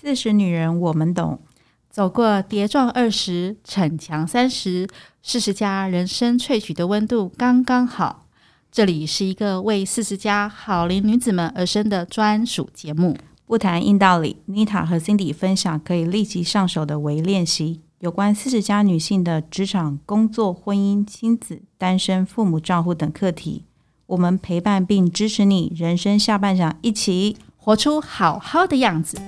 40女人我们懂， 走过跌撞20，逞强30，40+人生萃取的温度刚刚好。这里是一个为40+好龄女子们而生的专属节目， 不谈硬道理。Nita 和 Cindy 分享可以立即上手的微练习，有关40+女性的职场、工作、婚姻、亲子、单身、父母照护等课题。我们陪伴并支持你，人生下半场一起活出好好的样子。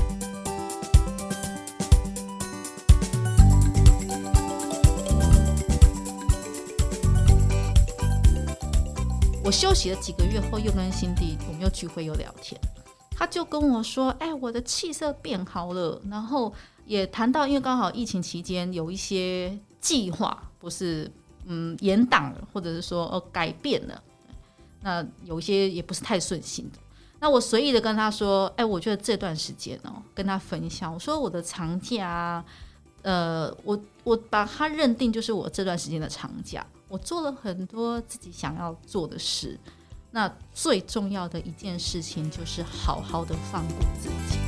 我休息了几个月后，又跟Cindy我们又聚会又聊天，他就跟我说：“我的气色变好了。”然后也谈到，因为刚好疫情期间有一些计划不是延档了，或者是说改变了，那有一些也不是太顺心的。那我随意的跟他说：“我觉得这段时间跟他分享，我说我的长假我把它认定就是我这段时间的长假。”我做了很多自己想要做的事，那最重要的一件事情就是好好的放过自己。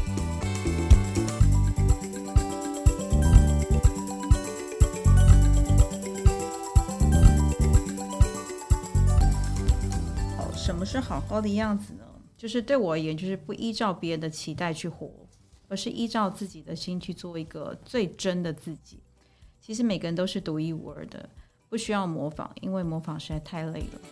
什么是好好的样子呢？就是对我而言，就是不依照别人的期待去活，而是依照自己的心去做一个最真的自己。其实每个人都是独一无二的，不需要模仿，因为模仿实在太累了。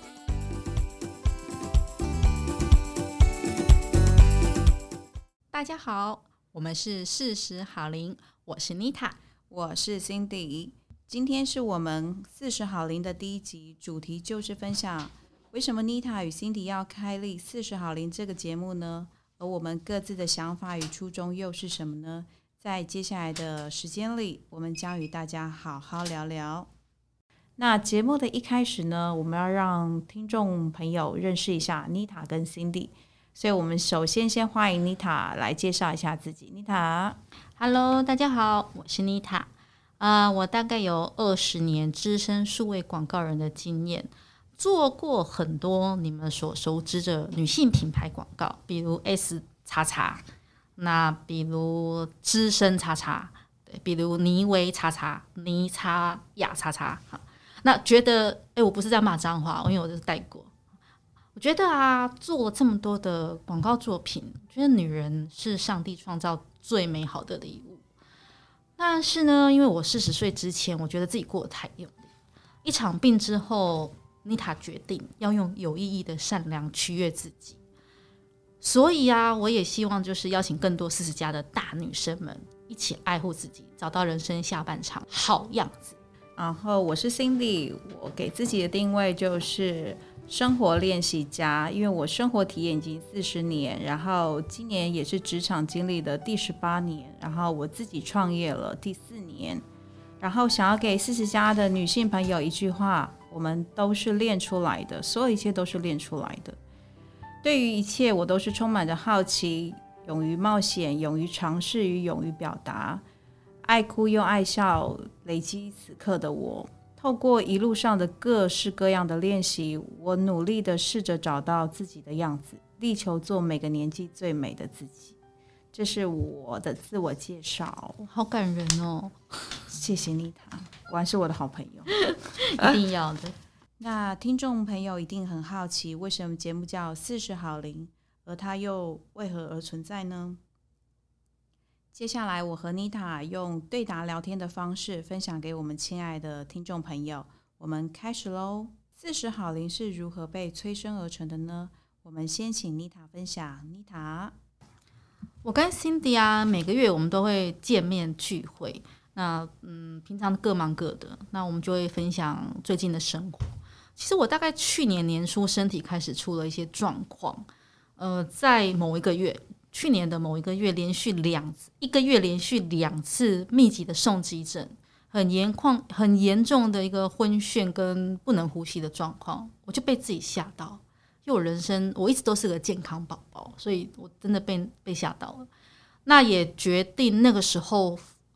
大家好，我们是40好龄，我是 Nita， 我是 Cindy。今天是我们40好龄的第一集，主题就是分享为什么 Nita 与 Cindy 要开立40好龄这个节目呢？而我们各自的想法与初衷又是什么呢？在接下来的时间里，我们将与大家好好聊聊。那节目的一开始呢，我们要让听众朋友认识一下 Nita 跟 Cindy， 所以我们首先欢迎 Nita 来介绍一下自己。Nita， Hello， 大家好，我是 Nita。我大概有20年资深数位广告人的经验，做过很多你们所熟知的女性品牌广告，比如 S 叉叉，那比如资深叉叉，对，比如妮维叉叉、妮叉雅叉叉。那觉得我不是在骂脏话，因为我就是带过。我觉得做了这么多的广告作品，觉得女人是上帝创造最美好的礼物。但是呢，因为我40岁之前，我觉得自己过得太用力。一场病之后，Nita 决定要用有意义的善良取悦自己。所以我也希望就是邀请更多40+的大女生们一起爱护自己，找到人生下半场好样子。 然后我是 Cindy， 我给自己的定位就是生活练习家，因为我生活体验已经40年，然后今年也是职场经历的第18年，然后我自己创业了第4年，然后想要给40+的女性朋友一句话：我们都是练出来的，所有一切都是练出来的。对于一切，我都是充满着好奇，勇于冒险，勇于尝试与勇于表达。爱哭又爱笑，累积此刻的我。透过一路上的各式各样的练习，我努力的试着找到自己的样子，力求做每个年纪最美的自己。这是我的自我介绍。 好感人哦！ 谢谢Nita，果然是我的好朋友。 一定要的。 那听众朋友一定很好奇，为什么节目叫40好龄，而它又为何而存在呢？接下来我和 Nita 用对答聊天的方式分享给我们亲爱的听众朋友。我们开始咯。40好龄是如何被催生而成的呢？我们先请 Nita 分享。Nita， 我跟 Cindy 每个月我们都会见面聚会，那平常各忙各的，那我们就会分享最近的生活。其实我大概去年年初身体开始出了一些状况，在某一个月，去年的某一个月，一个月连续2次密集的送急诊，很严重的一个昏眩跟不能呼吸的状况，我就被自己吓到。因为我人生我一直都是个健康宝宝，所以我真的被吓到了。那也决定那个时候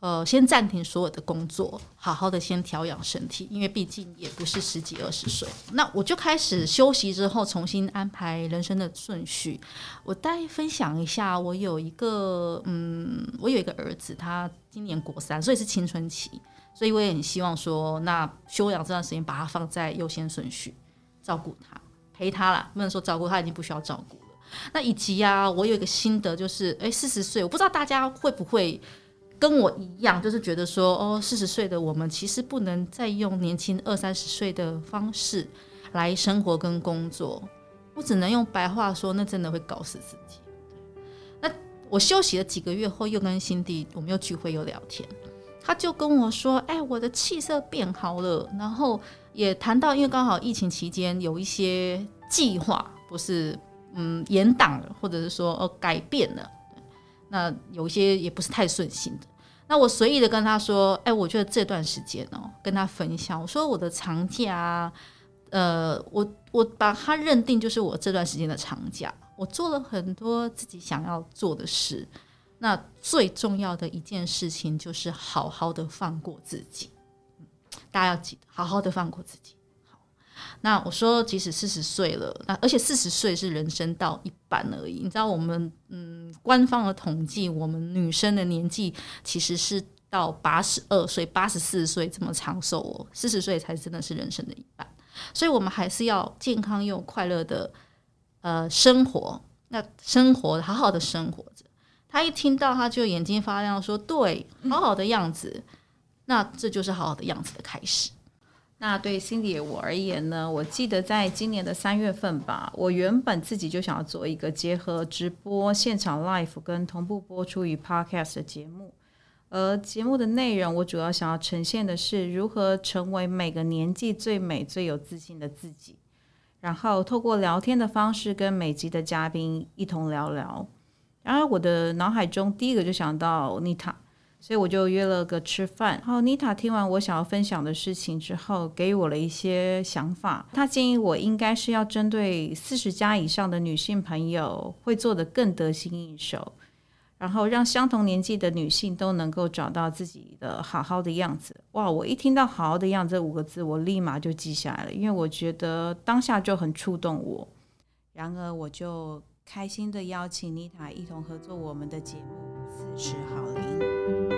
先暂停所有的工作，好好的先调养身体，因为毕竟也不是10几20岁。那我就开始休息之后，重新安排人生的顺序。我大概分享一下，我有一个儿子，他今年国3，所以是青春期，所以我也很希望说，那休养这段时间把他放在优先顺序，照顾他，陪他啦，不能说照顾他，已经不需要照顾了。那以及我有一个心得，就是40岁，我不知道大家会不会跟我一样，就是觉得说40岁的我们其实不能再用年轻20-30岁的方式来生活跟工作，我只能用白话说，那真的会搞死自己。那我休息了几个月后，又跟辛迪我们又聚会又聊天，他就跟我说，我的气色变好了，然后也谈到因为刚好疫情期间有一些计划不是延档了，或者是说改变了，那有一些也不是太顺心的。那我随意的跟他说，我觉得这段时间跟他分享，我说我的长假我把它认定就是我这段时间的长假，我做了很多自己想要做的事，那最重要的一件事情就是好好的放过自己。大家要记得好好的放过自己。那我说即使40岁了，那而且40岁是人生到一半而已。你知道我们官方的统计，我们女生的年纪其实是到82岁84岁这么长寿40岁才真的是人生的一半。所以我们还是要健康又快乐的生活，那生活好好的生活着。他一听到他就眼睛发亮说，对，好好的样子，那这就是好好的样子的开始。 那对 Cindy 我而言呢，我记得在今年的3月份吧，我原本自己就想要做一个结合直播现场 live 跟同步播出于 podcast 的节目，而节目的内容我主要想要呈现的是如何成为每个年纪最美最有自信的自己，然后透过聊天的方式跟每集的嘉宾一同聊聊。然后我的脑海中第一个就想到 Nita，所以我就约了个吃饭，然后妮塔听完我想要分享的事情之后，给予我了一些想法。她建议我应该是要针对40+以上的女性朋友，会做得更得心应手，然后让相同年纪的女性都能够找到自己的好好的样子。哇！我一听到好好的样子这5个字，我立马就记下来了，因为我觉得当下就很触动我。然而我就开心的邀请妮塔一同合作我们的节目40好龄。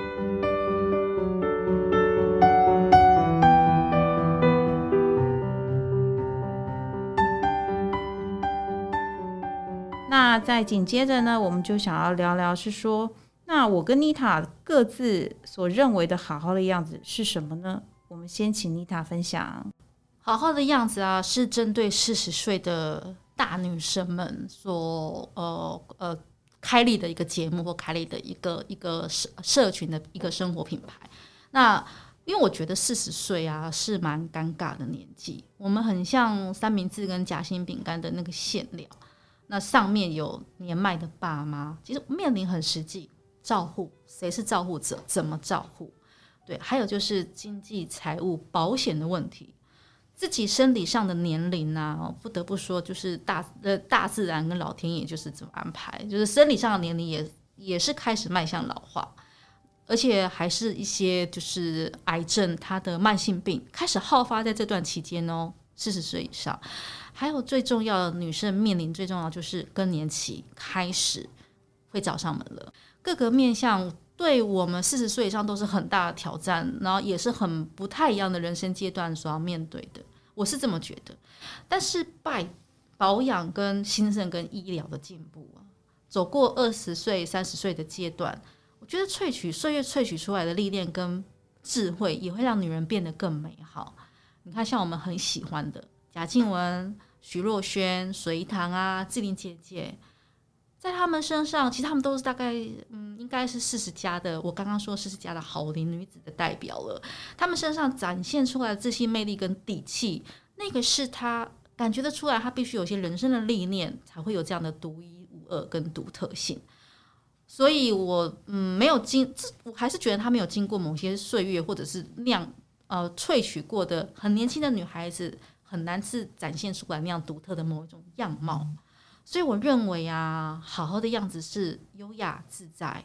那再紧接着呢，我们就想要聊聊是说，那我跟妮塔各自所认为的好好的样子是什么呢？我们先请妮塔分享。 好好的样子是针对40岁的大女生们所开立的一个节目，或开立的一个社群的一个生活品牌。那因为我觉得40岁是蛮尴尬的年纪，我们很像三明治跟夹心饼干的那个馅料，那上面有年迈的爸妈，其实面临很实际，照护谁是照护者，怎么照护，对，还有就是经济财务保险的问题。自己生理上的年龄不得不说就是大自然跟老天爷就是这么安排，就是生理上的年龄也是开始迈向老化，而且还是一些就是癌症它的慢性病开始好发在这段期间40岁以上。还有最重要的，女生面临最重要就是更年期开始会找上门了，各个面向对我们40岁以上都是很大的挑战，然后也是很不太一样的人生阶段所要面对的，我是这么觉得。但是拜保养跟兴盛跟医疗的进步走过20岁30岁的阶段，我觉得岁月萃取出来的历练跟智慧也会让女人变得更美好。你看像我们很喜欢的贾静雯、徐若瑄、隋棠志玲姐姐，在他们身上其实他们都是大概应该是40+的，我刚刚说40+的好龄女子的代表了。他们身上展现出来的自信魅力跟底气，那个是他感觉得出来，他必须有些人生的历练才会有这样的独一无二跟独特性。所以我我还是觉得他没有经过某些岁月或者是萃取过的很年轻的女孩子很难是展现出来那样独特的某一种样貌。所以我认为好好的样子是优雅自在，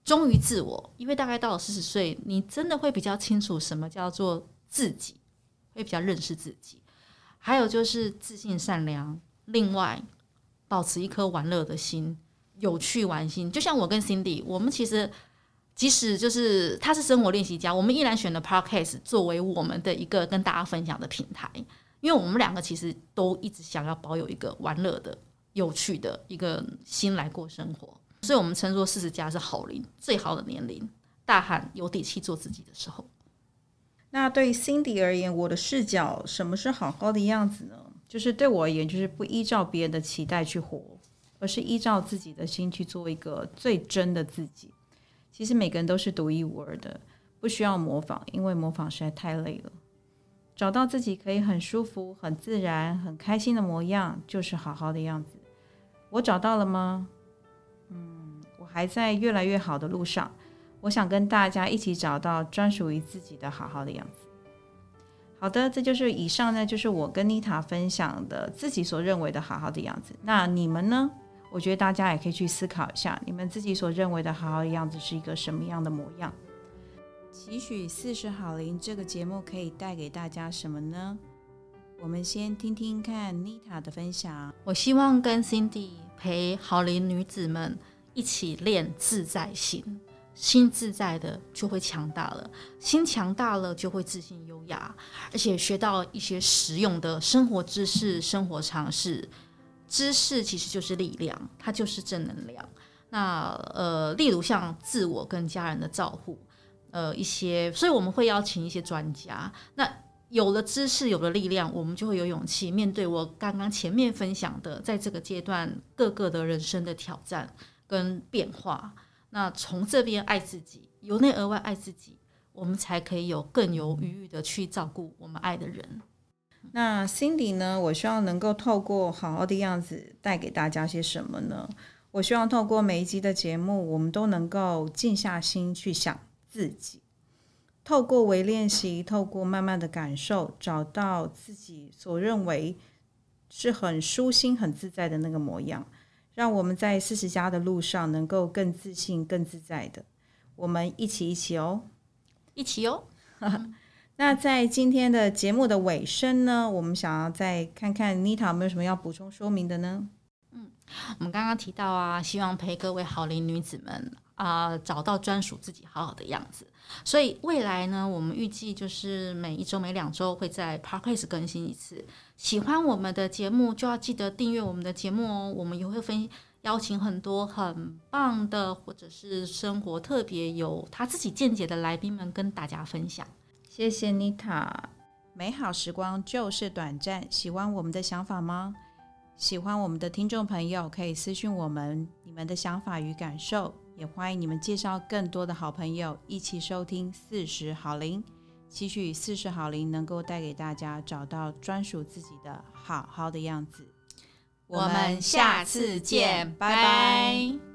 忠于自我，因为大概到了40岁，你真的会比较清楚什么叫做自己，会比较认识自己。还有就是自信善良，另外保持一颗玩乐的心，有趣玩心。就像我跟 Cindy， 我们其实即使就是他是生活练习家，我们依然选了 Podcast 作为我们的一个跟大家分享的平台，因为我们两个其实都一直想要保有一个玩乐的有趣的一个心来过生活，所以我们称作40+是好龄，最好的年龄，大喊有底气做自己的时候。 那对 Cindy 而言，我的视角，什么是好好的样子呢？就是对我而言，就是不依照别人的期待去活，而是依照自己的心去做一个最真的自己。其实每个人都是独一无二的，不需要模仿，因为模仿实在太累了。找到自己可以很舒服、很自然、很开心的模样，就是好好的样子。我找到了吗？我还在越来越好的路上。我想跟大家一起找到专属于自己的好好的样子。好的，这就是以上呢，就是我跟妮塔分享的自己所认为的好好的样子。那你们呢？我觉得大家也可以去思考一下，你们自己所认为的好好的样子是一个什么样的模样。期许40好龄这个节目可以带给大家什么呢？我们先听听看妮塔的分享。 我希望跟 Cindy 陪好龄女子们一起练自在心，心自在的就会强大了，心强大了就会自信优雅，而且学到一些实用的生活知识、生活常识。知识其实就是力量，它就是正能量。那例如像自我跟家人的照护，一些，所以我们会邀请一些专家。那有了知识，有了力量，我们就会有勇气面对我刚刚前面分享的，在这个阶段各个的人生的挑战跟变化。那从这边爱自己，由内而外爱自己，我们才可以有更有余裕的去照顾我们爱的人。 那 Cindy 呢？我希望能够透过好好的样子带给大家些什么呢？我希望透过每一集的节目，我们都能够静下心去想自己，透过微练习，透过慢慢的感受，找到自己所认为是很舒心、很自在的那个模样，让我们在40+的路上能够更自信、更自在的。我们一起哦， 一起哦。 那在今天的节目的尾声呢，我们想要再看看妮塔有没有什么要补充说明的呢？ 我们刚刚提到啊，希望陪各位好龄女子们找到专属自己好好的样子。所以未来呢，我们预计就是每1周、每2周会在 Podcast 更新一次。喜欢我们的节目，就要记得订阅我们的节目哦。我们也会邀请很多很棒的，或者是生活特别有他自己见解的来宾们跟大家分享。 谢谢妮塔。美好时光就是短暂，喜欢我们的想法吗？喜欢我们的听众朋友可以私讯我们你们的想法与感受，也欢迎你们介绍更多的好朋友一起收听40好龄，期许40好龄能够带给大家找到专属自己的好好的样子。 我们下次见，拜拜。